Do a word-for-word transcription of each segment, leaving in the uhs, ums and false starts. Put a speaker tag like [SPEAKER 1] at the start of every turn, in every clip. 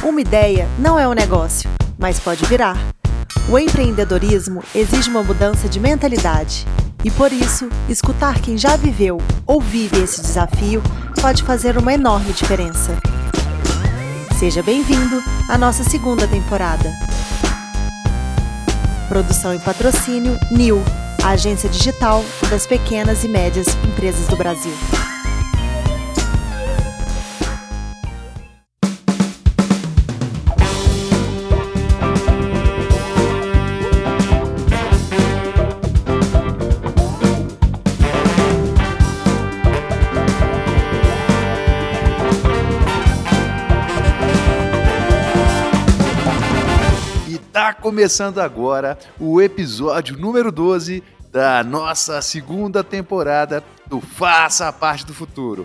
[SPEAKER 1] Uma ideia não é um negócio, mas pode virar. O empreendedorismo exige uma mudança de mentalidade. E por isso, escutar quem já viveu ou vive esse desafio pode fazer uma enorme diferença. Seja bem-vindo à nossa segunda temporada. Produção e patrocínio N I U, a agência digital das pequenas e médias empresas do Brasil.
[SPEAKER 2] Tá começando agora o episódio número doze da nossa segunda temporada do Faça Parte do Futuro.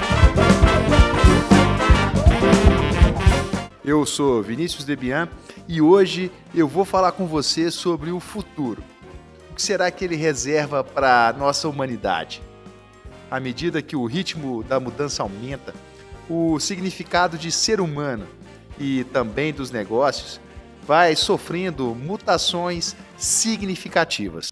[SPEAKER 2] Eu sou Vinícius Debian e hoje eu vou falar com você sobre o futuro. O que será que ele reserva para a nossa humanidade? À medida que o ritmo da mudança aumenta, o significado de ser humano e também dos negócios vai sofrendo mutações significativas.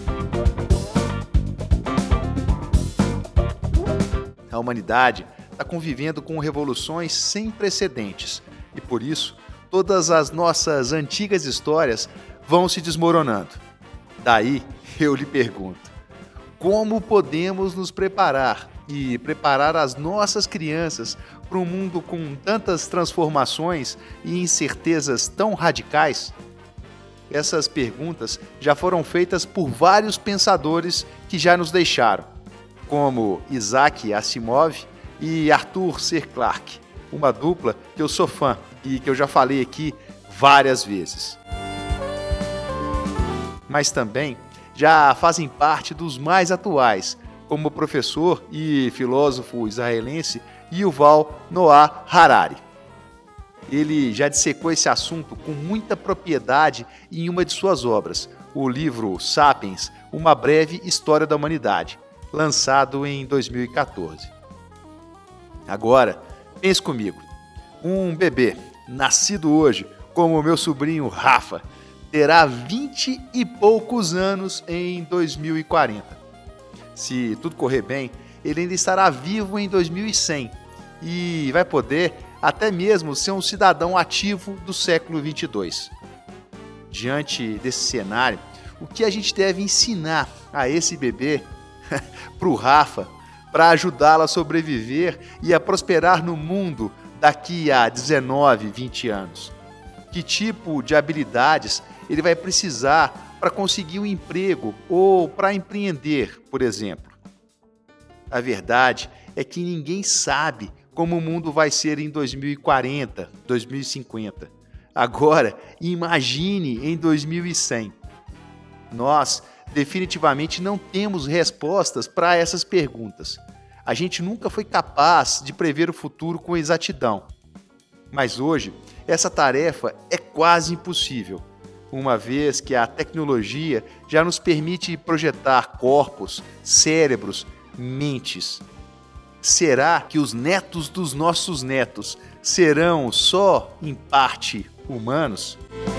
[SPEAKER 2] A humanidade está convivendo com revoluções sem precedentes e, por isso, todas as nossas antigas histórias vão se desmoronando. Daí, eu lhe pergunto, como podemos nos preparar e preparar as nossas crianças para um mundo com tantas transformações e incertezas tão radicais? Essas perguntas já foram feitas por vários pensadores que já nos deixaram, como Isaac Asimov e Arthur C. Clarke, uma dupla que eu sou fã e que eu já falei aqui várias vezes. Mas também já fazem parte dos mais atuais, como o professor e filósofo israelense Yuval Noah Harari. Ele já dissecou esse assunto com muita propriedade em uma de suas obras, o livro Sapiens, Uma Breve História da Humanidade, lançado em dois mil e quatorze. Agora, pense comigo, um bebê nascido hoje, como o meu sobrinho Rafa, terá vinte e poucos anos em dois mil e quarenta. Se tudo correr bem, ele ainda estará vivo em dois mil e cem e vai poder até mesmo ser um cidadão ativo do século vinte e dois. Diante desse cenário, o que a gente deve ensinar a esse bebê, para o Rafa, para ajudá-lo a sobreviver e a prosperar no mundo daqui a dezenove, vinte anos? Que tipo de habilidades ele vai precisar para conseguir um emprego ou para empreender, por exemplo? A verdade é que ninguém sabe como o mundo vai ser em dois mil e quarenta, dois mil e cinquenta. Agora, imagine em dois mil e cem. Nós definitivamente não temos respostas para essas perguntas. A gente nunca foi capaz de prever o futuro com exatidão. Mas hoje, essa tarefa é quase impossível, uma vez que a tecnologia já nos permite projetar corpos, cérebros, mentes. Será que os netos dos nossos netos serão só, em parte, humanos?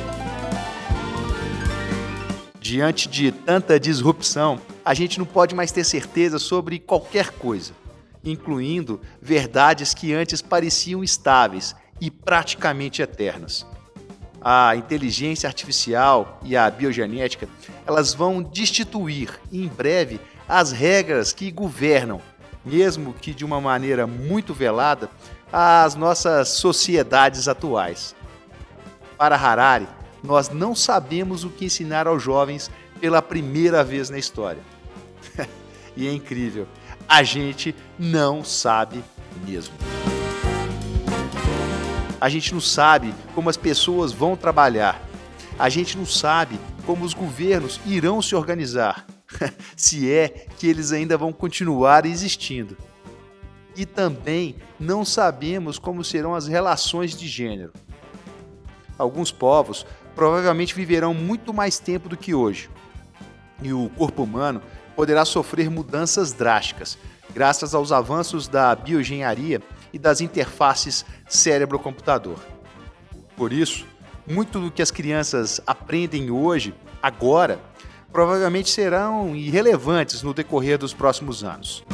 [SPEAKER 2] Diante de tanta disrupção, a gente não pode mais ter certeza sobre qualquer coisa, incluindo verdades que antes pareciam estáveis e praticamente eternas. A inteligência artificial e a biogenética, elas vão destituir, em breve, as regras que governam, mesmo que de uma maneira muito velada, as nossas sociedades atuais. Para Harari, nós não sabemos o que ensinar aos jovens pela primeira vez na história. E é incrível, a gente não sabe mesmo. A gente não sabe como as pessoas vão trabalhar. A gente não sabe como os governos irão se organizar, se é que eles ainda vão continuar existindo. E também não sabemos como serão as relações de gênero. Alguns povos provavelmente viverão muito mais tempo do que hoje. E o corpo humano poderá sofrer mudanças drásticas, graças aos avanços da bioengenharia e das interfaces cérebro-computador. Por isso, muito do que as crianças aprendem hoje, agora, provavelmente serão irrelevantes no decorrer dos próximos anos.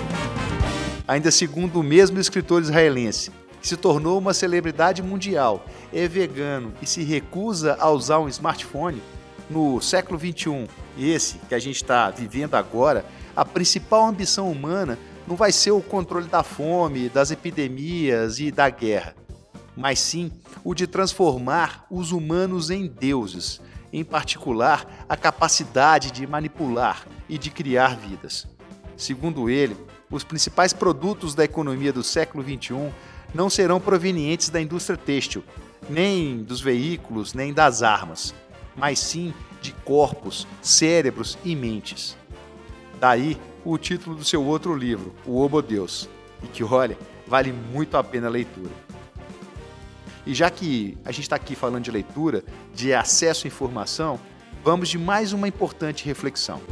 [SPEAKER 2] Ainda segundo o mesmo escritor israelense, que se tornou uma celebridade mundial, é vegano e se recusa a usar um smartphone, no século vinte e um, esse que a gente está vivendo agora, a principal ambição humana não vai ser o controle da fome, das epidemias e da guerra, mas sim o de transformar os humanos em deuses, em particular a capacidade de manipular e de criar vidas. Segundo ele, os principais produtos da economia do século vinte e um não serão provenientes da indústria têxtil, nem dos veículos, nem das armas, mas sim de corpos, cérebros e mentes. Daí o título do seu outro livro, O Homo Deus, e que, olha, vale muito a pena a leitura. E já que a gente está aqui falando de leitura, de acesso à informação, vamos de mais uma importante reflexão.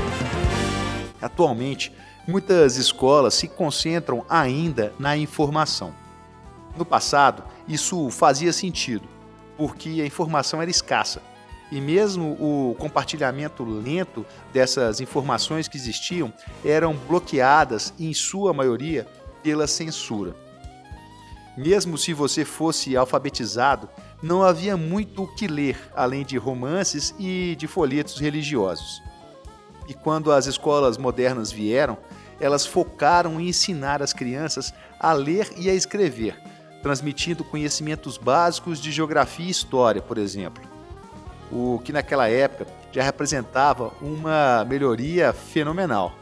[SPEAKER 2] Atualmente, muitas escolas se concentram ainda na informação. No passado, isso fazia sentido, porque a informação era escassa. E mesmo o compartilhamento lento dessas informações que existiam eram bloqueadas, em sua maioria, pela censura. Mesmo se você fosse alfabetizado, não havia muito o que ler, além de romances e de folhetos religiosos. E quando as escolas modernas vieram, elas focaram em ensinar as crianças a ler e a escrever, transmitindo conhecimentos básicos de geografia e história, por exemplo. O que naquela época já representava uma melhoria fenomenal.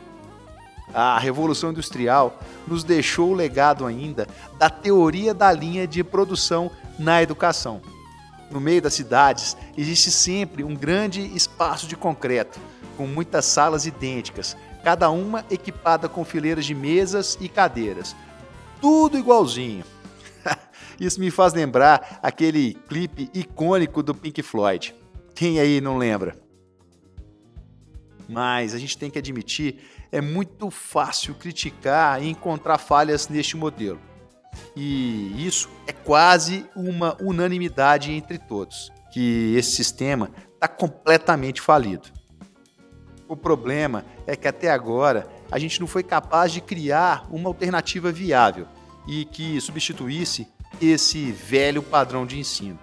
[SPEAKER 2] A Revolução Industrial nos deixou o legado ainda da teoria da linha de produção na educação. No meio das cidades existe sempre um grande espaço de concreto, com muitas salas idênticas, cada uma equipada com fileiras de mesas e cadeiras. Tudo igualzinho. Isso me faz lembrar aquele clipe icônico do Pink Floyd. Quem aí não lembra? Mas a gente tem que admitir, é muito fácil criticar e encontrar falhas neste modelo. E isso é quase uma unanimidade entre todos, que esse sistema está completamente falido. O problema é que até agora a gente não foi capaz de criar uma alternativa viável e que substituísse esse velho padrão de ensino.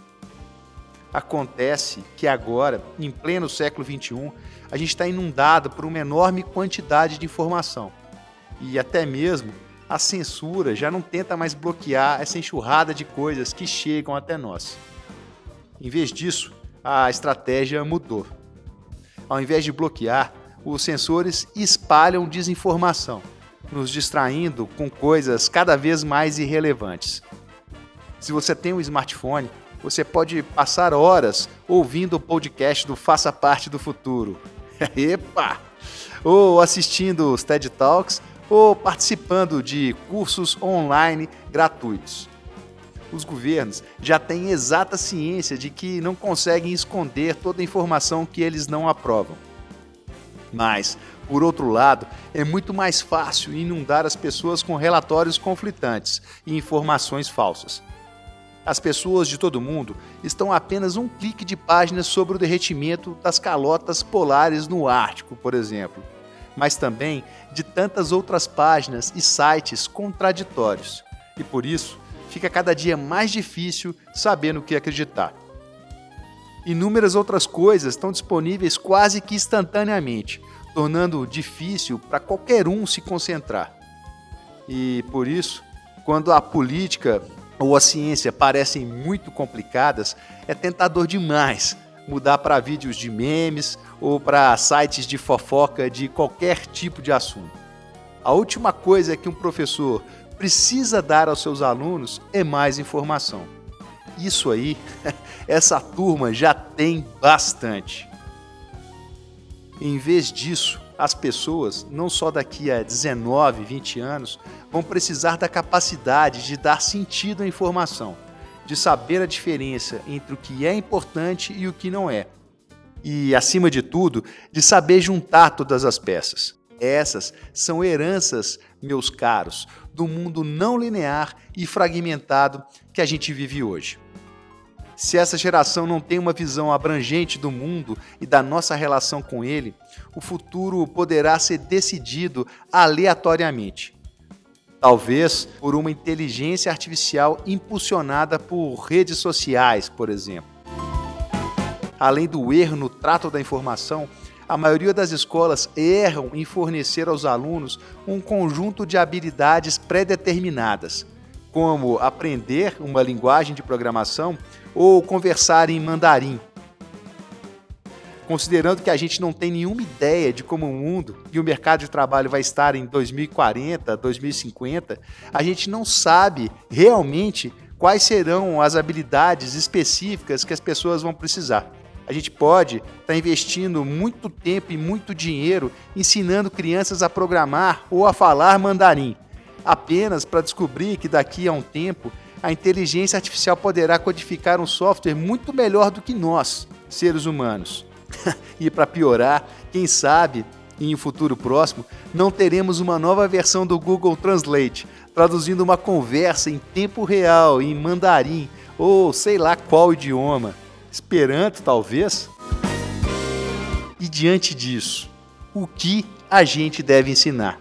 [SPEAKER 2] Acontece que agora, em pleno século vinte e um, a gente está inundado por uma enorme quantidade de informação. E até mesmo a censura já não tenta mais bloquear essa enxurrada de coisas que chegam até nós. Em vez disso, a estratégia mudou. Ao invés de bloquear, os censores espalham desinformação, nos distraindo com coisas cada vez mais irrelevantes. Se você tem um smartphone, você pode passar horas ouvindo o podcast do Faça Parte do Futuro. Epa! Ou assistindo os TED Talks, ou participando de cursos online gratuitos. Os governos já têm exata ciência de que não conseguem esconder toda a informação que eles não aprovam. Mas, por outro lado, é muito mais fácil inundar as pessoas com relatórios conflitantes e informações falsas. As pessoas de todo mundo estão a apenas um clique de páginas sobre o derretimento das calotas polares no Ártico, por exemplo, mas também de tantas outras páginas e sites contraditórios. E por isso, fica cada dia mais difícil saber no que acreditar. Inúmeras outras coisas estão disponíveis quase que instantaneamente, tornando difícil para qualquer um se concentrar. E por isso, quando a política ou a ciência parecem muito complicadas, é tentador demais mudar para vídeos de memes ou para sites de fofoca de qualquer tipo de assunto. A última coisa que um professor precisa dar aos seus alunos é mais informação. Isso aí, essa turma já tem bastante. Em vez disso, as pessoas, não só daqui a dezenove, vinte anos, vão precisar da capacidade de dar sentido à informação, de saber a diferença entre o que é importante e o que não é. E, acima de tudo, de saber juntar todas as peças. Essas são heranças, meus caros, do mundo não linear e fragmentado que a gente vive hoje. Se essa geração não tem uma visão abrangente do mundo e da nossa relação com ele, o futuro poderá ser decidido aleatoriamente. Talvez por uma inteligência artificial impulsionada por redes sociais, por exemplo. Além do erro no trato da informação, a maioria das escolas erram em fornecer aos alunos um conjunto de habilidades pré-determinadas, como aprender uma linguagem de programação ou conversar em mandarim. Considerando que a gente não tem nenhuma ideia de como o mundo e o mercado de trabalho vai estar em dois mil e quarenta, dois mil e cinquenta, a gente não sabe realmente quais serão as habilidades específicas que as pessoas vão precisar. A gente pode estar investindo muito tempo e muito dinheiro ensinando crianças a programar ou a falar mandarim, apenas para descobrir que daqui a um tempo a inteligência artificial poderá codificar um software muito melhor do que nós, seres humanos. E para piorar, quem sabe, em um futuro próximo, não teremos uma nova versão do Google Translate, traduzindo uma conversa em tempo real, em mandarim, ou sei lá qual idioma. Esperanto, talvez? E diante disso, o que a gente deve ensinar?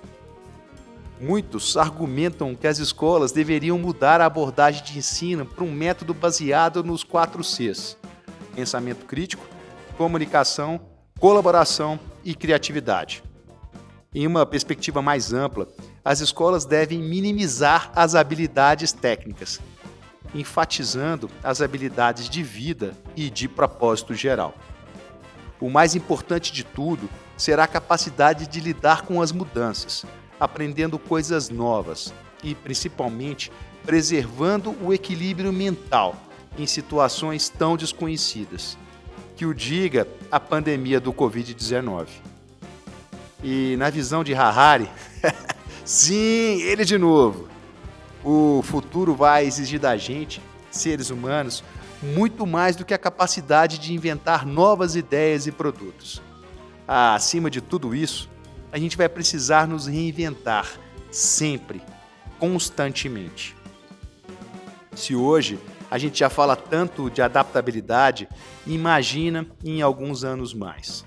[SPEAKER 2] Muitos argumentam que as escolas deveriam mudar a abordagem de ensino para um método baseado nos quatro Cs: pensamento crítico, comunicação, colaboração e criatividade. Em uma perspectiva mais ampla, as escolas devem minimizar as habilidades técnicas, enfatizando as habilidades de vida e de propósito geral. O mais importante de tudo será a capacidade de lidar com as mudanças, aprendendo coisas novas e, principalmente, preservando o equilíbrio mental em situações tão desconhecidas. Que o diga a pandemia do covid dezenove. E na visão de Harari, sim, ele de novo, o futuro vai exigir da gente, seres humanos, muito mais do que a capacidade de inventar novas ideias e produtos. Acima de tudo isso, a gente vai precisar nos reinventar, sempre, constantemente. Se hoje a gente já fala tanto de adaptabilidade, imagina em alguns anos mais.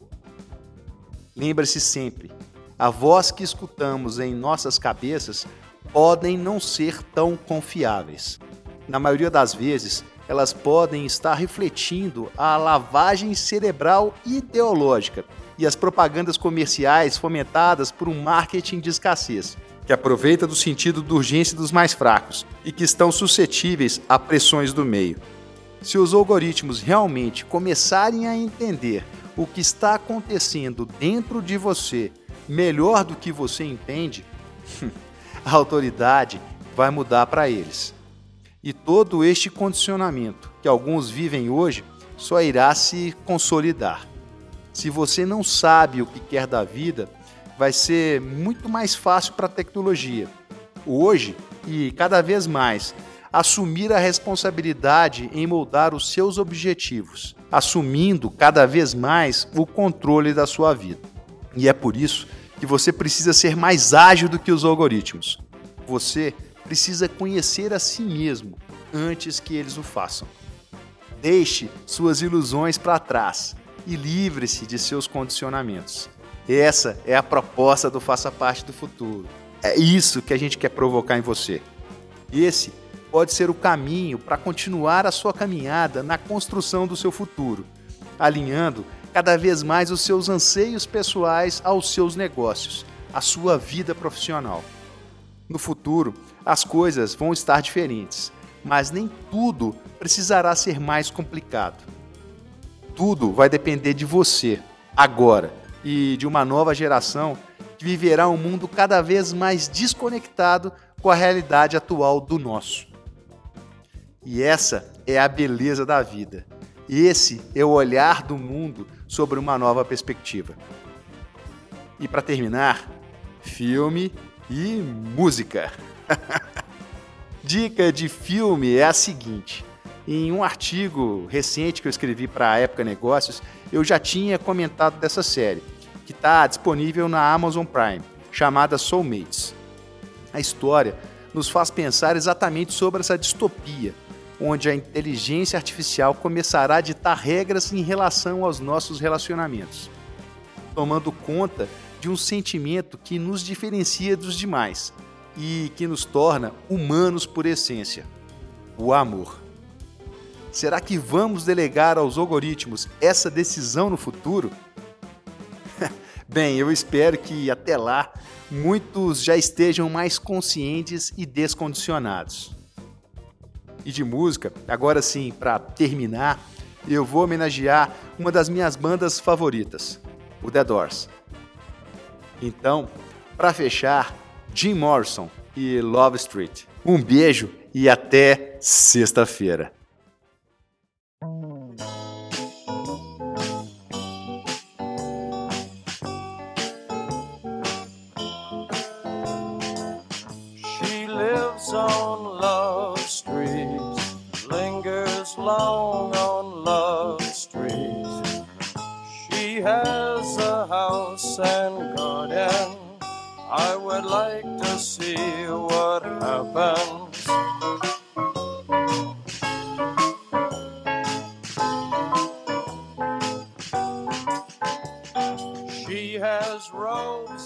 [SPEAKER 2] Lembre-se sempre, a voz que escutamos em nossas cabeças podem não ser tão confiáveis. Na maioria das vezes, elas podem estar refletindo a lavagem cerebral ideológica e as propagandas comerciais fomentadas por um marketing de escassez, que aproveita do sentido de urgência dos mais fracos e que estão suscetíveis a pressões do meio. Se os algoritmos realmente começarem a entender o que está acontecendo dentro de você melhor do que você entende, a autoridade vai mudar para eles. E todo este condicionamento que alguns vivem hoje só irá se consolidar. Se você não sabe o que quer da vida, vai ser muito mais fácil para a tecnologia, hoje e cada vez mais, assumir a responsabilidade em moldar os seus objetivos, assumindo cada vez mais o controle da sua vida. E é por isso que você precisa ser mais ágil do que os algoritmos. Você precisa conhecer a si mesmo antes que eles o façam. Deixe suas ilusões para trás e livre-se de seus condicionamentos. Essa é a proposta do Faça Parte do Futuro. É isso que a gente quer provocar em você. Esse pode ser o caminho para continuar a sua caminhada na construção do seu futuro, alinhando cada vez mais os seus anseios pessoais aos seus negócios, à sua vida profissional. No futuro, as coisas vão estar diferentes, mas nem tudo precisará ser mais complicado. Tudo vai depender de você, agora, e de uma nova geração que viverá um mundo cada vez mais desconectado com a realidade atual do nosso. E essa é a beleza da vida. Esse é o olhar do mundo sobre uma nova perspectiva. E para terminar, filme e música. Dica de filme é a seguinte. Em um artigo recente que eu escrevi para a Época Negócios, eu já tinha comentado dessa série, que está disponível na Amazon Prime, chamada Soulmates. A história nos faz pensar exatamente sobre essa distopia, onde a inteligência artificial começará a ditar regras em relação aos nossos relacionamentos, tomando conta de um sentimento que nos diferencia dos demais e que nos torna humanos por essência: o amor. Será que vamos delegar aos algoritmos essa decisão no futuro? Bem, eu espero que até lá muitos já estejam mais conscientes e descondicionados. E de música, agora sim, para terminar, eu vou homenagear uma das minhas bandas favoritas, o The Doors. Então, para fechar, Jim Morrison e Love Street. Um beijo e até sexta-feira.
[SPEAKER 3] She lives on Love Street, lingers long on Love Street. She has a house and garden. I would like to see what happens. She has roads